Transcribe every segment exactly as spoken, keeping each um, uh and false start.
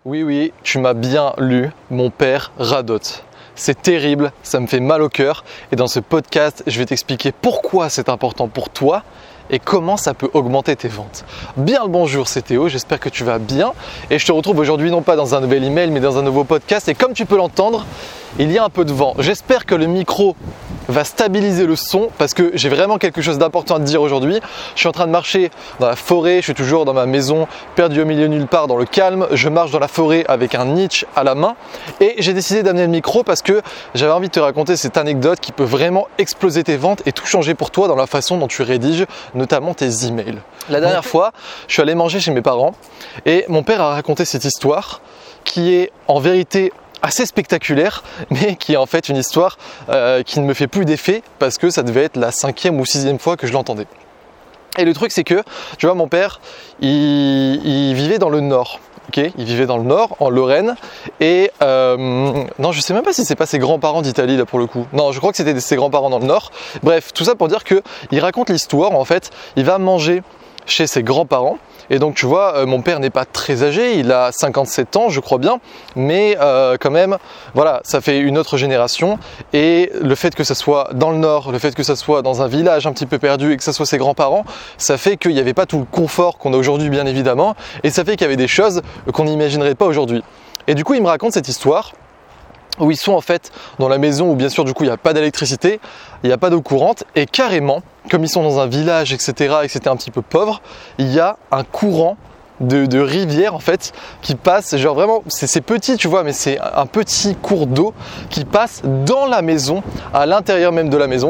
Oui, oui, tu m'as bien lu, mon père radote. C'est terrible, ça me fait mal au cœur et dans ce podcast, je vais t'expliquer pourquoi c'est important pour toi et comment ça peut augmenter tes ventes. Bien le bonjour, c'est Théo, j'espère que tu vas bien et je te retrouve aujourd'hui non pas dans un nouvel email mais dans un nouveau podcast et comme tu peux l'entendre, il y a un peu de vent. J'espère que le micro va stabiliser le son parce que j'ai vraiment quelque chose d'important à te dire aujourd'hui. Je suis en train de marcher dans la forêt, je suis toujours dans ma maison, perdu au milieu nulle part dans le calme. Je marche dans la forêt avec un niche à la main et j'ai décidé d'amener le micro parce que j'avais envie de te raconter cette anecdote qui peut vraiment exploser tes ventes et tout changer pour toi dans la façon dont tu rédiges notamment tes emails. La dernière fois, je suis allé manger chez mes parents et mon père a raconté cette histoire qui est en vérité assez spectaculaire, mais qui est en fait une histoire euh, qui ne me fait plus d'effet parce que ça devait être la cinquième ou sixième fois que je l'entendais. Et le truc c'est que, tu vois, mon père, il, il vivait dans le Nord. Okay, il vivait dans le Nord, en Lorraine, et euh, non, je sais même pas si c'est pas ses grands-parents d'Italie là pour le coup. Non, je crois que c'était ses grands-parents dans le Nord. Bref, tout ça pour dire que il raconte l'histoire. En fait, il va manger chez ses grands-parents. Et donc tu vois, euh, mon père n'est pas très âgé, il a cinquante-sept ans je crois bien, mais euh, quand même, voilà, ça fait une autre génération et le fait que ça soit dans le Nord, le fait que ça soit dans un village un petit peu perdu et que ça soit ses grands-parents, ça fait qu'il n'y avait pas tout le confort qu'on a aujourd'hui bien évidemment et ça fait qu'il y avait des choses qu'on n'imaginerait pas aujourd'hui. Et du coup il me raconte cette histoire où ils sont en fait dans la maison où bien sûr du coup il n'y a pas d'électricité, il n'y a pas d'eau courante et carrément, comme ils sont dans un village et cetera et que c'était un petit peu pauvre, il y a un courant de, de rivière en fait qui passe, genre vraiment c'est, c'est petit tu vois mais c'est un petit cours d'eau qui passe dans la maison, à l'intérieur même de la maison.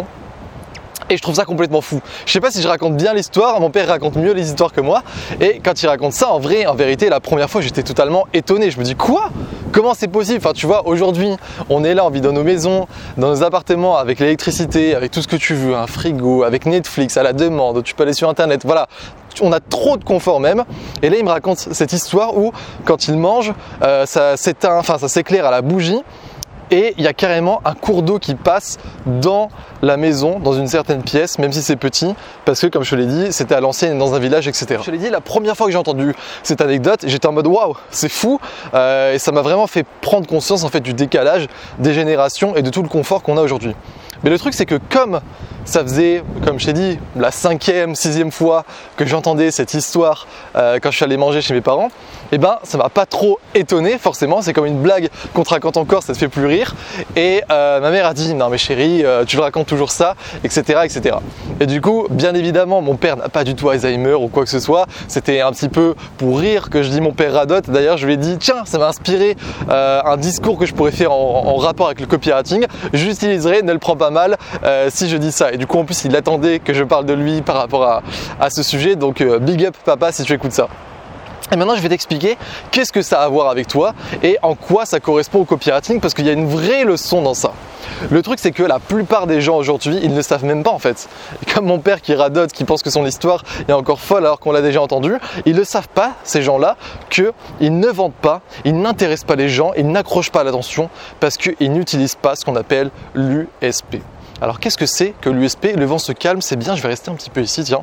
Et je trouve ça complètement fou. Je sais pas si je raconte bien l'histoire, mon père raconte mieux les histoires que moi. Et quand il raconte ça, en vrai, en vérité, la première fois, j'étais totalement étonné. Je me dis, quoi ? Comment c'est possible ? Enfin, tu vois, aujourd'hui, on est là, on vit dans nos maisons, dans nos appartements, avec l'électricité, avec tout ce que tu veux, un frigo, avec Netflix à la demande, tu peux aller sur Internet, voilà. On a trop de confort même. Et là, il me raconte cette histoire où, quand il mange, euh, ça s'éteint, enfin, ça s'éclaire à la bougie. Et il y a carrément un cours d'eau qui passe dans la maison, dans une certaine pièce, même si c'est petit, parce que comme je te l'ai dit, c'était à l'ancienne, dans un village, et cetera. Je te l'ai dit, la première fois que j'ai entendu cette anecdote, j'étais en mode waouh, c'est fou, euh, et ça m'a vraiment fait prendre conscience en fait du décalage des générations et de tout le confort qu'on a aujourd'hui. Mais le truc c'est que comme ça faisait, comme je t'ai dit, la cinquième, sixième fois que j'entendais cette histoire euh, quand je suis allé manger chez mes parents, et ben ça m'a pas trop étonné forcément, c'est comme une blague qu'on te raconte encore, ça te fait plus rire. Et euh, ma mère a dit non mais chérie, euh, tu le racontes toujours ça, et cetera, et cetera. Et du coup, bien évidemment, mon père n'a pas du tout Alzheimer ou quoi que ce soit. C'était un petit peu pour rire que je dis mon père radote. D'ailleurs, je lui ai dit tiens, ça m'a inspiré euh, un discours que je pourrais faire en, en rapport avec le copywriting. J'utiliserai, ne le prends pas mal euh, si je dis ça. Et du coup, en plus, il attendait que je parle de lui par rapport à, à ce sujet. Donc, euh, big up papa si tu écoutes ça. Et maintenant, je vais t'expliquer qu'est-ce que ça a à voir avec toi et en quoi ça correspond au copywriting parce qu'il y a une vraie leçon dans ça. Le truc, c'est que la plupart des gens aujourd'hui, ils ne savent même pas en fait. Et comme mon père qui radote, qui pense que son histoire est encore folle alors qu'on l'a déjà entendue, ils ne savent pas, ces gens-là, qu'ils ne vendent pas, ils n'intéressent pas les gens, ils n'accrochent pas l'attention parce qu'ils n'utilisent pas ce qu'on appelle l'U S P. Alors, qu'est-ce que c'est que l'U S P ? Le vent se calme, c'est bien, je vais rester un petit peu ici, tiens.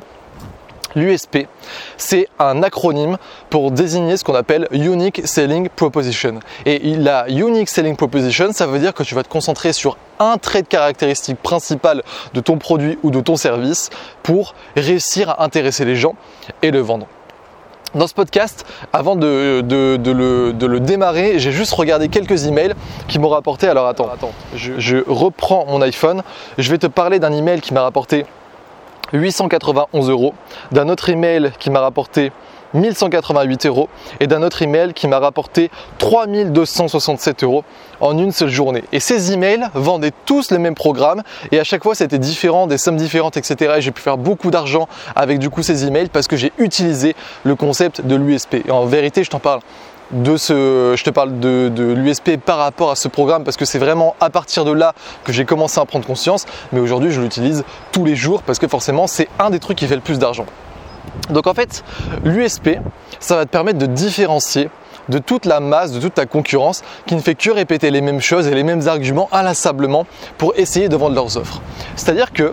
L'U S P, c'est un acronyme pour désigner ce qu'on appelle Unique Selling Proposition. Et la Unique Selling Proposition, ça veut dire que tu vas te concentrer sur un trait de caractéristique principal de ton produit ou de ton service pour réussir à intéresser les gens et le vendre. Dans ce podcast, avant de, de, de, le, de le démarrer, j'ai juste regardé quelques emails qui m'ont rapporté. Alors attends, attends je, je reprends mon iPhone, je vais te parler d'un email qui m'a rapporté huit cent quatre-vingt-onze euros, d'un autre email qui m'a rapporté mille cent quatre-vingt-huit euros et d'un autre email qui m'a rapporté trois mille deux cent soixante-sept euros en une seule journée. Et ces emails vendaient tous les mêmes programmes et à chaque fois c'était différent, des sommes différentes, et cetera. Et j'ai pu faire beaucoup d'argent avec du coup ces emails parce que j'ai utilisé le concept de l'U S P. Et en vérité, je t'en parle. De ce, je te parle de, de l'U S P par rapport à ce programme parce que c'est vraiment à partir de là que j'ai commencé à prendre conscience, mais aujourd'hui je l'utilise tous les jours parce que forcément c'est un des trucs qui fait le plus d'argent. Donc en fait, l'U S P, ça va te permettre de différencier de toute la masse, de toute ta concurrence qui ne fait que répéter les mêmes choses et les mêmes arguments inlassablement pour essayer de vendre leurs offres. C'est-à-dire que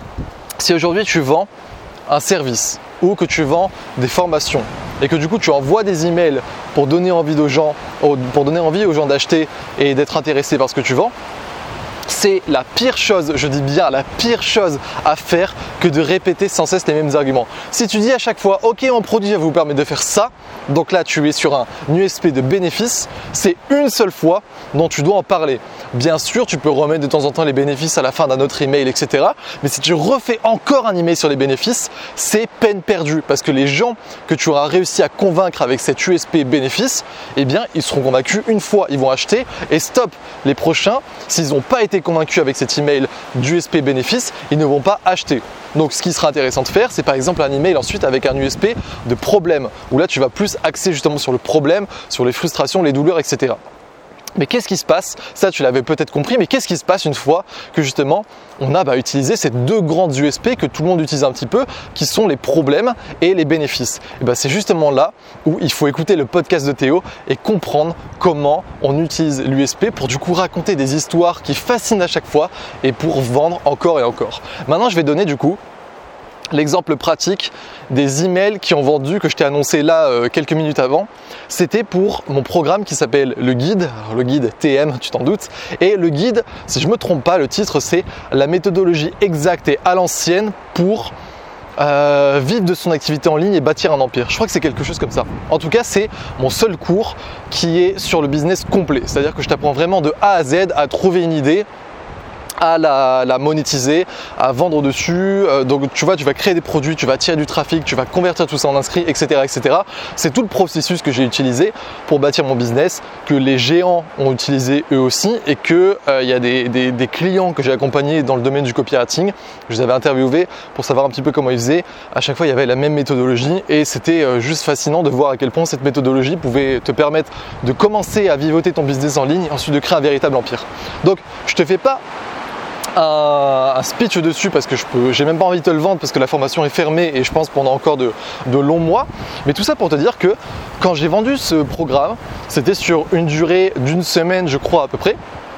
si aujourd'hui tu vends un service ou que tu vends des formations et que du coup tu envoies des emails pour donner envie aux gens pour donner envie aux gens d'acheter et d'être intéressés par ce que tu vends, c'est la pire chose, je dis bien la pire chose à faire que de répéter sans cesse les mêmes arguments. Si tu dis à chaque fois, ok, mon produit va vous permettre de faire ça, donc là tu es sur un U S P de bénéfice, c'est une seule fois dont tu dois en parler. Bien sûr, tu peux remettre de temps en temps les bénéfices à la fin d'un autre email, et cetera. Mais si tu refais encore un email sur les bénéfices, c'est peine perdue parce que les gens que tu auras réussi à convaincre avec cet U S P bénéfice, eh bien, ils seront convaincus une fois, ils vont acheter et stop. Les prochains, s'ils n'ont pas été convaincus avec cet email d'U S P bénéfice, ils ne vont pas acheter. Donc ce qui sera intéressant de faire, c'est par exemple un email ensuite avec un U S P de problème, où là tu vas plus axer justement sur le problème, sur les frustrations, les douleurs, et cetera. Mais qu'est-ce qui se passe? Ça, tu l'avais peut-être compris, mais qu'est-ce qui se passe une fois que justement on a bah, utilisé ces deux grandes U S P que tout le monde utilise un petit peu, qui sont les problèmes et les bénéfices? Et bah, c'est justement là où il faut écouter le podcast de Théo et comprendre comment on utilise l'U S P pour du coup raconter des histoires qui fascinent à chaque fois et pour vendre encore et encore. Maintenant, je vais donner du coup l'exemple pratique des emails qui ont vendu, que je t'ai annoncé là euh, quelques minutes avant. C'était pour mon programme qui s'appelle le guide, alors, le guide T M, tu t'en doutes. Et le guide, si je ne me trompe pas, le titre c'est la méthodologie exacte et à l'ancienne pour euh, vivre de son activité en ligne et bâtir un empire. Je crois que c'est quelque chose comme ça. En tout cas, c'est mon seul cours qui est sur le business complet. C'est-à-dire que je t'apprends vraiment de A à Z à trouver une idée, à la, la monétiser, à vendre dessus. Euh, donc tu vois, tu vas créer des produits, tu vas attirer du trafic, tu vas convertir tout ça en inscrits, et cetera, et cetera. C'est tout le processus que j'ai utilisé pour bâtir mon business, que les géants ont utilisé eux aussi, et que il euh, y a des, des, des clients que j'ai accompagnés dans le domaine du copywriting. Je les avais interviewés pour savoir un petit peu comment ils faisaient. À chaque fois, il y avait la même méthodologie, et c'était euh, juste fascinant de voir à quel point cette méthodologie pouvait te permettre de commencer à vivoter ton business en ligne, et ensuite de créer un véritable empire. Donc, je te fais pas Un, un speech dessus parce que je peux, j'ai même pas envie de te le vendre parce que la formation est fermée et je pense pendant encore de, de longs mois. Mais tout ça pour te dire que quand j'ai vendu ce programme, c'était sur une durée d'une semaine, je crois à peu près.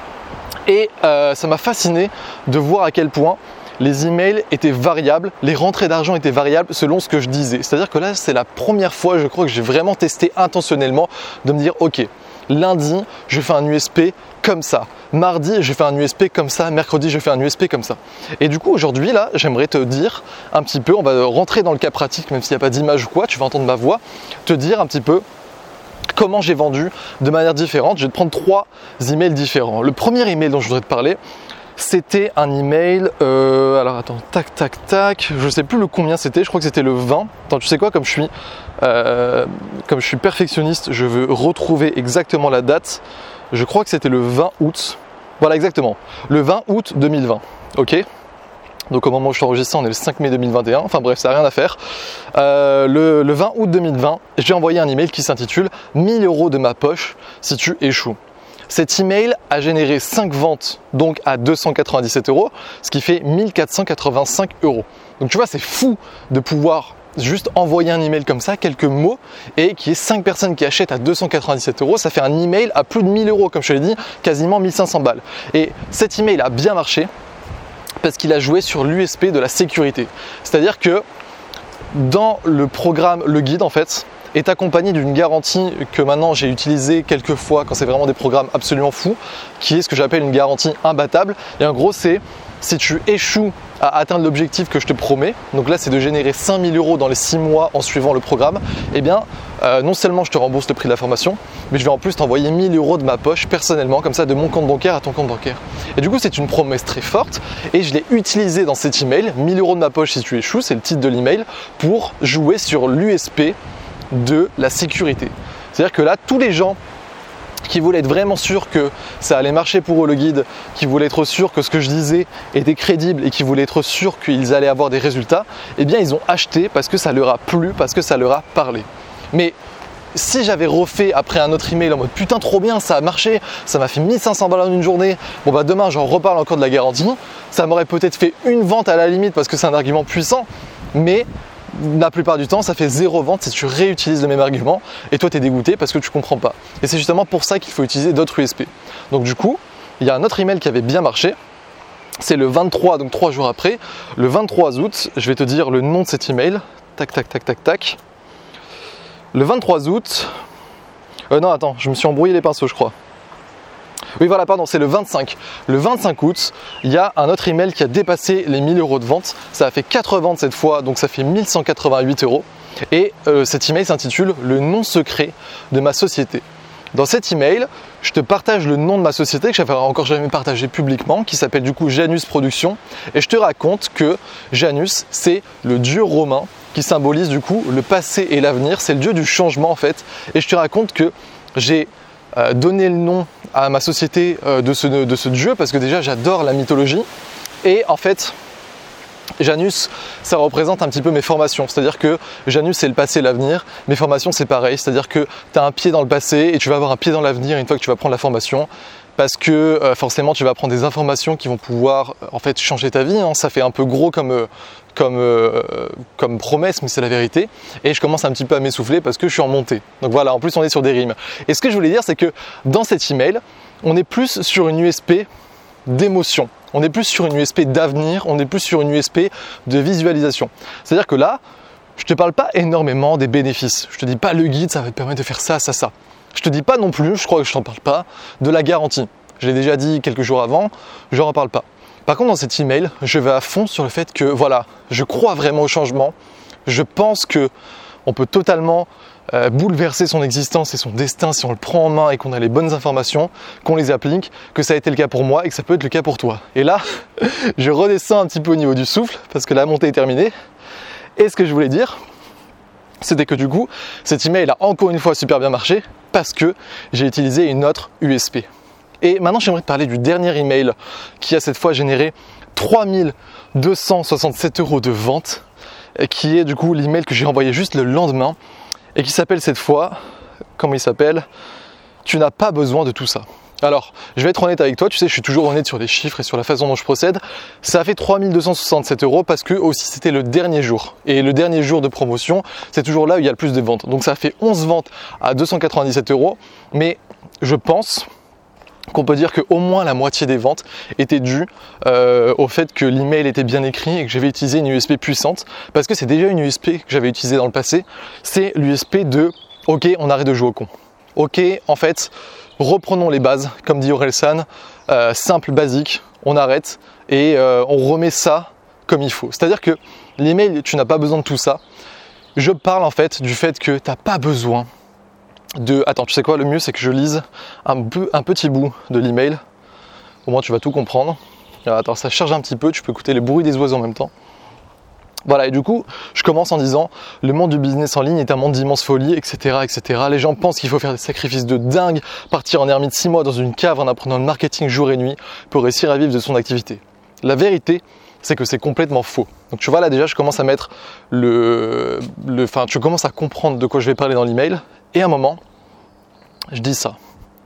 Et euh, ça m'a fasciné de voir à quel point les emails étaient variables, les rentrées d'argent étaient variables selon ce que je disais. C'est-à-dire que là, c'est la première fois, je crois, que j'ai vraiment testé intentionnellement de me dire, ok, lundi, je fais un U S P comme ça. Mardi, je fais un U S P comme ça. Mercredi, je fais un U S P comme ça. Et du coup, aujourd'hui, là, j'aimerais te dire un petit peu, on va rentrer dans le cas pratique, même s'il n'y a pas d'image ou quoi, tu vas entendre ma voix, te dire un petit peu comment j'ai vendu de manière différente. Je vais te prendre trois emails différents. Le premier email dont je voudrais te parler, c'était un email, euh, alors attends, tac, tac, tac, je sais plus le combien c'était, je crois que c'était le vingt. Attends, tu sais quoi, comme je suis, euh, comme je suis perfectionniste, je veux retrouver exactement la date. Je crois que c'était le vingt août. Voilà, exactement. Le vingt août deux mille vingt. Ok. Donc au moment où je t'enregistre, on est le cinq mai deux mille vingt et un. Enfin bref, ça n'a rien à faire. Euh, le, le vingt août deux mille vingt, j'ai envoyé un email qui s'intitule mille euros de ma poche si tu échoues. Cet email a généré cinq ventes, donc à deux cent quatre-vingt-dix-sept euros, ce qui fait mille quatre cent quatre-vingt-cinq euros. Donc tu vois, c'est fou de pouvoir juste envoyer un email comme ça, quelques mots, et qu'il y ait cinq personnes qui achètent à deux cent quatre-vingt-dix-sept euros. Ça fait un email à plus de mille euros, comme je te l'ai dit, quasiment mille cinq cents balles. Et cet email a bien marché parce qu'il a joué sur l'U S P de la sécurité. C'est-à-dire que dans le programme, le guide en fait, est accompagné d'une garantie que maintenant j'ai utilisée quelques fois quand c'est vraiment des programmes absolument fous, qui est ce que j'appelle une garantie imbattable. Et en gros, c'est si tu échoues à atteindre l'objectif que je te promets, donc là c'est de générer cinq mille euros dans les six mois en suivant le programme, eh bien euh, non seulement je te rembourse le prix de la formation, mais je vais en plus t'envoyer mille euros de ma poche personnellement, comme ça de mon compte bancaire à ton compte bancaire. Et du coup c'est une promesse très forte et je l'ai utilisée dans cet email, mille euros de ma poche si tu échoues, c'est le titre de l'email, pour jouer sur l'U S P de la sécurité. C'est-à-dire que là tous les gens qui voulaient être vraiment sûrs que ça allait marcher pour eux le guide, qui voulaient être sûrs que ce que je disais était crédible et qui voulaient être sûrs qu'ils allaient avoir des résultats, eh bien ils ont acheté parce que ça leur a plu, parce que ça leur a parlé. Mais si j'avais refait après un autre email en mode putain trop bien, ça a marché, ça m'a fait mille cinq cents balles en une journée, bon bah demain j'en reparle encore de la garantie, ça m'aurait peut-être fait une vente à la limite parce que c'est un argument puissant, mais la plupart du temps, ça fait zéro vente si tu réutilises le même argument et toi tu es dégoûté parce que tu comprends pas. Et c'est justement pour ça qu'il faut utiliser d'autres U S P. Donc du coup, il y a un autre email qui avait bien marché. C'est le vingt-trois, donc trois jours après, le vingt-trois août. Je vais te dire le nom de cet email. Tac, tac, tac, tac, tac. Le vingt-trois août, Euh, non, attends, je me suis embrouillé les pinceaux, je crois. Oui, voilà, pardon, c'est le vingt-cinq. Le vingt-cinq août, il y a un autre email qui a dépassé les mille euros de vente. Ça a fait quatre ventes cette fois, donc ça fait mille cent quatre-vingt-huit euros. Et euh, cet email s'intitule « Le nom secret de ma société ». Dans cet email, je te partage le nom de ma société que je n'avais encore jamais partagé publiquement, qui s'appelle du coup Janus Productions, et je te raconte que Janus, c'est le dieu romain qui symbolise du coup le passé et l'avenir, c'est le dieu du changement en fait, et je te raconte que j'ai euh, donné le nom à ma société euh, de, ce, de ce dieu parce que déjà j'adore la mythologie, et en fait Janus, ça représente un petit peu mes formations, c'est-à-dire que Janus c'est le passé et l'avenir, mes formations c'est pareil, c'est-à-dire que tu as un pied dans le passé et tu vas avoir un pied dans l'avenir une fois que tu vas prendre la formation, parce que euh, forcément tu vas prendre des informations qui vont pouvoir euh, en fait changer ta vie, hein. Ça fait un peu gros comme, euh, comme, euh, comme promesse, mais c'est la vérité, et je commence un petit peu à m'essouffler parce que je suis en montée, donc voilà, en plus on est sur des rimes. Et ce que je voulais dire c'est que dans cet email, on est plus sur une U S P d'émotion. On est plus sur une U S P d'avenir, on est plus sur une U S P de visualisation. C'est-à-dire que là, je ne te parle pas énormément des bénéfices. Je ne te dis pas le guide, ça va te permettre de faire ça, ça, ça. Je ne te dis pas non plus, je crois que je t'en parle pas, de la garantie. Je l'ai déjà dit quelques jours avant, je n'en parle pas. Par contre, dans cet email, je vais à fond sur le fait que, voilà, je crois vraiment au changement. Je pense que on peut totalement euh, bouleverser son existence et son destin si on le prend en main et qu'on a les bonnes informations, qu'on les applique, que ça a été le cas pour moi et que ça peut être le cas pour toi. Et là, je redescends un petit peu au niveau du souffle parce que la montée est terminée. Et ce que je voulais dire, c'était que du coup, cet email a encore une fois super bien marché parce que j'ai utilisé une autre U S P. Et maintenant, j'aimerais te parler du dernier email qui a cette fois généré trois mille deux cent soixante-sept euros de vente, qui est du coup l'email que j'ai envoyé juste le lendemain et qui s'appelle cette fois, comment il s'appelle ? Tu n'as pas besoin de tout ça. Alors, je vais être honnête avec toi, tu sais, je suis toujours honnête sur les chiffres et sur la façon dont je procède. Ça a fait trois mille deux cent soixante-sept euros parce que aussi c'était le dernier jour. Et le dernier jour de promotion, c'est toujours là où il y a le plus de ventes. Donc ça a fait onze ventes à deux cent quatre-vingt-dix-sept euros. Mais je pense qu'on peut dire qu'au moins la moitié des ventes étaient dues euh, au fait que l'email était bien écrit et que j'avais utilisé une U S P puissante, parce que c'est déjà une U S P que j'avais utilisée dans le passé, c'est l'U S P de « Ok, on arrête de jouer au con ». Ok, en fait, reprenons les bases, comme dit Orelsan, euh, simple, basique, on arrête et euh, on remet ça comme il faut. C'est-à-dire que l'email, tu n'as pas besoin de tout ça. Je parle en fait du fait que tu n'as pas besoin de... Attends, tu sais quoi, le mieux c'est que je lise un, peu, un petit bout de l'email. Au moins tu vas tout comprendre. Alors, attends, ça charge un petit peu, tu peux écouter les bruits des oiseaux en même temps. Voilà, et du coup, je commence en disant « Le monde du business en ligne est un monde d'immense folie, et cetera, et cetera. Les gens pensent qu'il faut faire des sacrifices de dingue, partir en ermite six mois dans une cave en apprenant le marketing jour et nuit pour réussir à vivre de son activité. La vérité, c'est que c'est complètement faux. » Donc tu vois, là déjà, je commence à mettre le... le enfin, tu commences à comprendre de quoi je vais parler dans l'email. Et à un moment, je dis ça.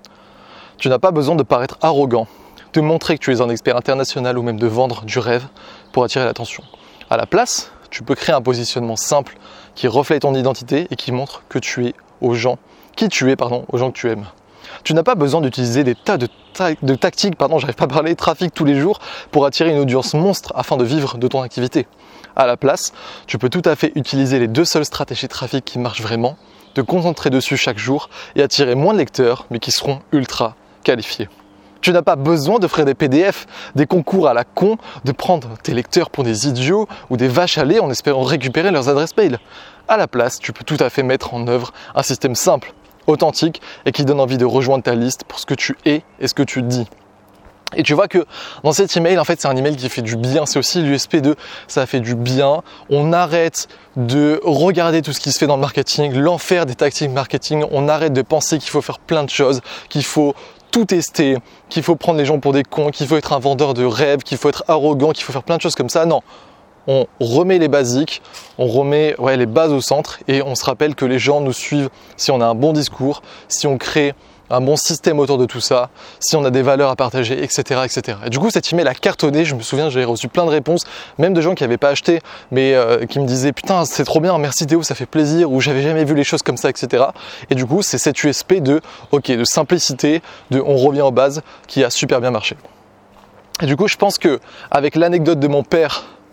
Tu n'as pas besoin de paraître arrogant, de montrer que tu es un expert international ou même de vendre du rêve pour attirer l'attention. À la place, tu peux créer un positionnement simple qui reflète ton identité et qui montre que tu es aux gens, qui tu es pardon, aux gens que tu aimes. Tu n'as pas besoin d'utiliser des tas de, ta de tactiques, pardon, j'arrive pas à parler, trafic tous les jours pour attirer une audience monstre afin de vivre de ton activité. À la place, tu peux tout à fait utiliser les deux seules stratégies trafic qui marchent vraiment, te concentrer dessus chaque jour et attirer moins de lecteurs, mais qui seront ultra qualifiés. Tu n'as pas besoin de faire des P D F, des concours à la con, de prendre tes lecteurs pour des idiots ou des vaches à lait en espérant récupérer leurs adresses mail. À la place, tu peux tout à fait mettre en œuvre un système simple, authentique et qui donne envie de rejoindre ta liste pour ce que tu es et ce que tu dis. Et tu vois que dans cet email, en fait, c'est un email qui fait du bien. C'est aussi l'U S P de ça fait du bien. On arrête de regarder tout ce qui se fait dans le marketing, l'enfer des tactiques marketing. On arrête de penser qu'il faut faire plein de choses, qu'il faut tout tester, qu'il faut prendre les gens pour des cons, qu'il faut être un vendeur de rêve, qu'il faut être arrogant, qu'il faut faire plein de choses comme ça. Non, on remet les basiques, on remet ouais, les bases au centre et on se rappelle que les gens nous suivent si on a un bon discours, si on crée un bon système autour de tout ça, si on a des valeurs à partager, et cetera, et cetera. Et du coup, cet email a cartonné. Je me souviens, j'avais reçu plein de réponses, même de gens qui n'avaient pas acheté, mais euh, qui me disaient « Putain, c'est trop bien, merci Théo, ça fait plaisir » ou « J'avais jamais vu les choses comme ça, et cetera » Et du coup, c'est cette U S P de, ok, de simplicité, de on revient aux bases, qui a super bien marché. Et du coup, je pense que avec l'anecdote de mon père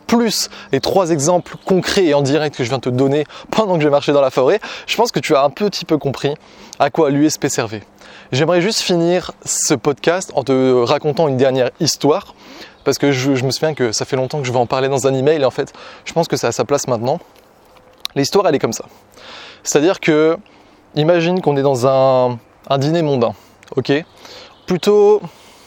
plus les trois exemples concrets et en direct que je viens de te donner pendant que je marchais dans la forêt, je pense que tu as un petit peu compris à quoi l'U S P servait. J'aimerais juste finir ce podcast en te racontant une dernière histoire, parce que je, je me souviens que ça fait longtemps que je vais en parler dans un email et en fait, je pense que ça a sa place maintenant. L'histoire, elle est comme ça. C'est-à-dire que, imagine qu'on est dans un, un dîner mondain, ok ? Plutôt,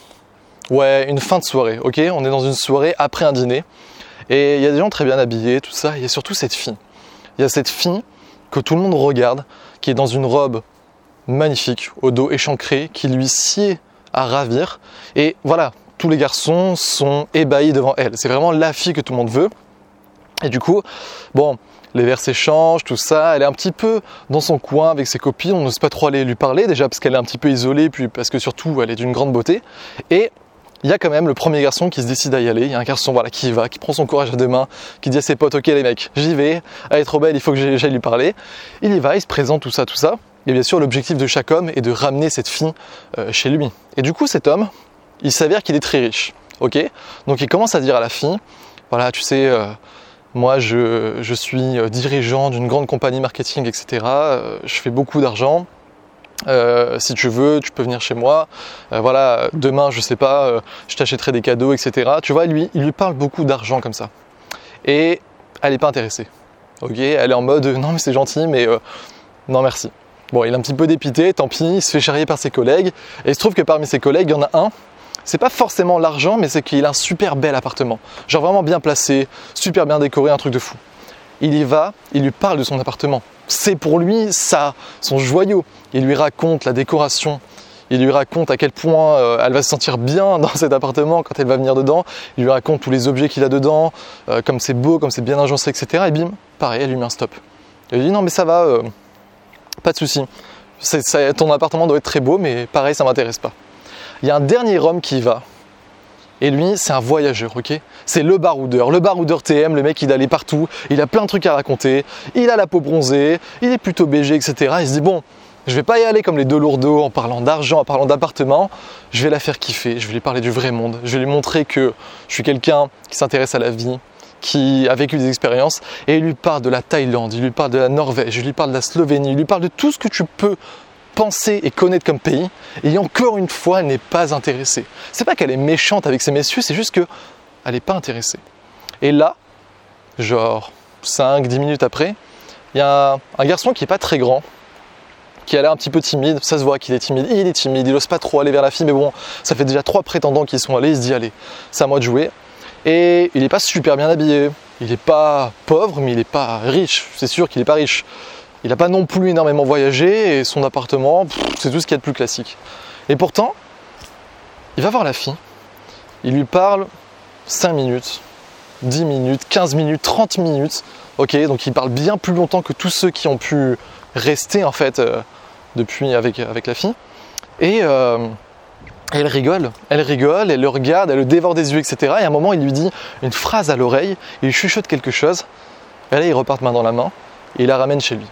ouais, une fin de soirée, ok ? On est dans une soirée après un dîner et il y a des gens très bien habillés, tout ça. Il y a surtout cette fille. Il y a cette fille que tout le monde regarde, qui est dans une robe magnifique, au dos échancré, qui lui sied à ravir. Et voilà, tous les garçons sont ébahis devant elle. C'est vraiment la fille que tout le monde veut. Et du coup, bon, les verres s'échangent, tout ça. Elle est un petit peu dans son coin avec ses copines. On n'ose pas trop aller lui parler, déjà parce qu'elle est un petit peu isolée, puis parce que surtout, elle est d'une grande beauté. Et il y a quand même le premier garçon qui se décide à y aller. Il y a un garçon voilà, qui y va, qui prend son courage à deux mains, qui dit à ses potes « Ok les mecs, j'y vais, elle est trop belle, il faut que j'aille lui parler ». Il y va, il se présente, tout ça, tout ça. Et bien sûr, l'objectif de chaque homme est de ramener cette fille euh, chez lui. Et du coup, cet homme, il s'avère qu'il est très riche. Ok ? Donc il commence à dire à la fille « Voilà, tu sais, euh, moi je, je suis dirigeant d'une grande compagnie marketing, et cetera. Euh, je fais beaucoup d'argent. Euh, si tu veux, tu peux venir chez moi. Euh, voilà, demain, je sais pas, euh, je t'achèterai des cadeaux, et cetera. Tu vois, lui, il lui parle beaucoup d'argent comme ça. Et elle n'est pas intéressée. Ok ? Elle est en mode « Non, mais c'est gentil, mais euh, non, merci ». Bon, il est un petit peu dépité, tant pis, il se fait charrier par ses collègues. Et il se trouve que parmi ses collègues, il y en a un, c'est pas forcément l'argent, mais c'est qu'il a un super bel appartement. Genre vraiment bien placé, super bien décoré, un truc de fou. Il y va, il lui parle de son appartement. C'est pour lui ça, son joyau. Il lui raconte la décoration. Il lui raconte à quel point euh, elle va se sentir bien dans cet appartement quand elle va venir dedans. Il lui raconte tous les objets qu'il a dedans, euh, comme c'est beau, comme c'est bien agencé, et cetera. Et bim, pareil, elle lui met un stop. Elle lui dit non mais ça va, euh, pas de souci. C'est, ça, ton appartement doit être très beau, mais pareil, ça m'intéresse pas. Il y a un dernier homme qui y va. Et lui, c'est un voyageur, ok ? C'est le baroudeur, le baroudeur T M, le mec il allait partout, il a plein de trucs à raconter, il a la peau bronzée, il est plutôt B G, et cetera. Il se dit bon, je vais pas y aller comme les deux lourdeaux en parlant d'argent, en parlant d'appartement, je vais la faire kiffer, je vais lui parler du vrai monde, je vais lui montrer que je suis quelqu'un qui s'intéresse à la vie, qui a vécu des expériences, et il lui parle de la Thaïlande, il lui parle de la Norvège, il lui parle de la Slovénie, il lui parle de tout ce que tu peux penser et connaître comme pays, et encore une fois, elle n'est pas intéressée. C'est pas qu'elle est méchante avec ces messieurs, c'est juste qu'elle n'est pas intéressée. Et là, genre cinq dix minutes après, il y a un, un garçon qui n'est pas très grand, qui a l'air un petit peu timide, ça se voit qu'il est timide, il est timide, il n'ose pas trop aller vers la fille, mais bon, ça fait déjà trois prétendants qui y sont allés, il se dit allez, c'est à moi de jouer. Et il n'est pas super bien habillé, il n'est pas pauvre, mais il n'est pas riche, c'est sûr qu'il n'est pas riche. Il n'a pas non plus énormément voyagé et son appartement, pff, c'est tout ce qu'il y a de plus classique. Et pourtant, il va voir la fille, il lui parle cinq minutes, dix minutes, quinze minutes, trente minutes. Ok, donc il parle bien plus longtemps que tous ceux qui ont pu rester en fait euh, depuis avec, avec la fille. Et euh, elle rigole, elle rigole, elle le regarde, elle le dévore des yeux, et cetera. Et à un moment, il lui dit une phrase à l'oreille, il lui chuchote quelque chose. Et là, ils repartent main dans la main et il la ramène chez lui.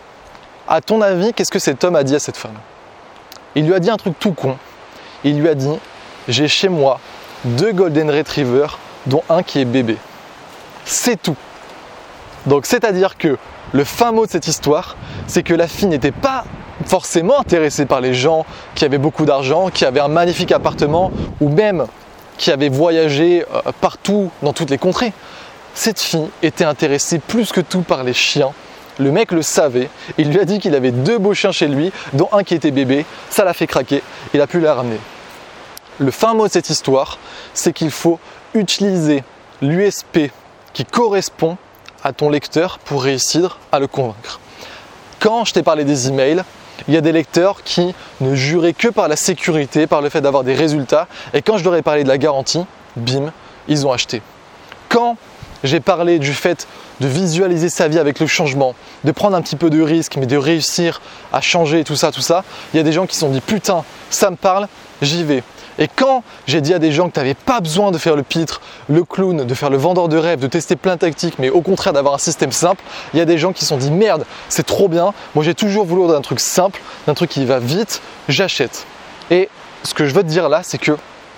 À ton avis, qu'est-ce que cet homme a dit à cette femme ? Il lui a dit un truc tout con. Il lui a dit « J'ai chez moi deux Golden Retrievers, dont un qui est bébé. » C'est tout. Donc, c'est-à-dire que le fin mot de cette histoire, c'est que la fille n'était pas forcément intéressée par les gens qui avaient beaucoup d'argent, qui avaient un magnifique appartement, ou même qui avaient voyagé partout dans toutes les contrées. Cette fille était intéressée plus que tout par les chiens. Le mec le savait, il lui a dit qu'il avait deux beaux chiens chez lui, dont un qui était bébé, ça l'a fait craquer, il a pu la ramener. Le fin mot de cette histoire, c'est qu'il faut utiliser l'U S P qui correspond à ton lecteur pour réussir à le convaincre. Quand je t'ai parlé des emails, il y a des lecteurs qui ne juraient que par la sécurité, par le fait d'avoir des résultats, et quand je leur ai parlé de la garantie, bim, ils ont acheté. Quand j'ai parlé du fait de visualiser sa vie avec le changement, de prendre un petit peu de risque, mais de réussir à changer tout ça, tout ça, il y a des gens qui se sont dit « Putain, ça me parle, j'y vais ». Et quand j'ai dit à des gens que tu n'avais pas besoin de faire le pitre, le clown, de faire le vendeur de rêve, de tester plein de tactiques, mais au contraire d'avoir un système simple, il y a des gens qui se sont dit « Merde, c'est trop bien, moi j'ai toujours voulu d'un truc simple, d'un truc qui va vite, j'achète ». Et ce que je veux te dire là, c'est que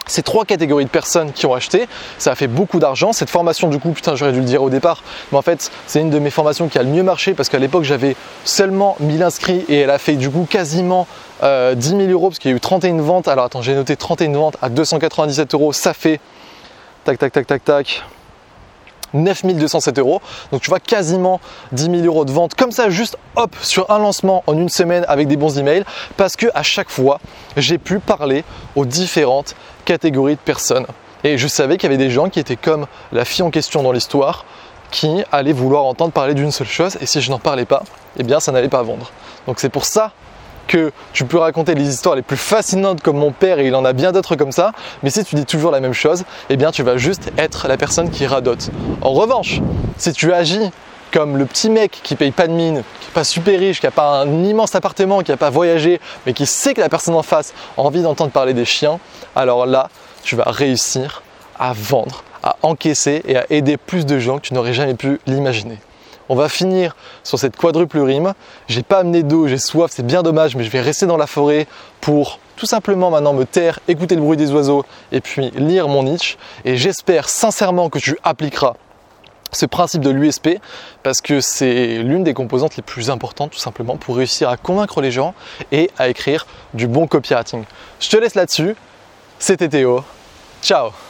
ces trois catégories de personnes qui ont acheté, ça a fait beaucoup d'argent. Cette formation, du coup, putain, j'aurais dû le dire au départ, mais en fait, c'est une de mes formations qui a le mieux marché parce qu'à l'époque, j'avais seulement mille inscrits et elle a fait du coup quasiment euh, dix mille euros parce qu'il y a eu trente et une ventes. Alors attends, j'ai noté trente et une ventes à deux cent quatre-vingt-dix-sept euros, ça fait tac, tac, tac, tac, tac. neuf mille deux cent sept euros. Donc tu vois quasiment dix mille euros de vente comme ça, juste hop, sur un lancement en une semaine avec des bons emails, parce que à chaque fois, j'ai pu parler aux différentes catégories de personnes. Et je savais qu'il y avait des gens qui étaient comme la fille en question dans l'histoire, qui allaient vouloir entendre parler d'une seule chose, et si je n'en parlais pas, eh bien ça n'allait pas vendre. Donc c'est pour ça que tu peux raconter les histoires les plus fascinantes comme mon père, et il en a bien d'autres comme ça, mais si tu dis toujours la même chose, eh bien tu vas juste être la personne qui radote. En revanche, si tu agis comme le petit mec qui paye pas de mine, qui n'est pas super riche, qui n'a pas un immense appartement, qui n'a pas voyagé, mais qui sait que la personne en face a envie d'entendre parler des chiens, alors là, tu vas réussir à vendre, à encaisser et à aider plus de gens que tu n'aurais jamais pu l'imaginer. On va finir sur cette quadruple rime. J'ai pas amené d'eau, j'ai soif, c'est bien dommage, mais je vais rester dans la forêt pour tout simplement maintenant me taire, écouter le bruit des oiseaux et puis lire mon niche. Et j'espère sincèrement que tu appliqueras ce principe de l'U S P parce que c'est l'une des composantes les plus importantes tout simplement pour réussir à convaincre les gens et à écrire du bon copywriting. Je te laisse là-dessus. C'était Théo. Ciao!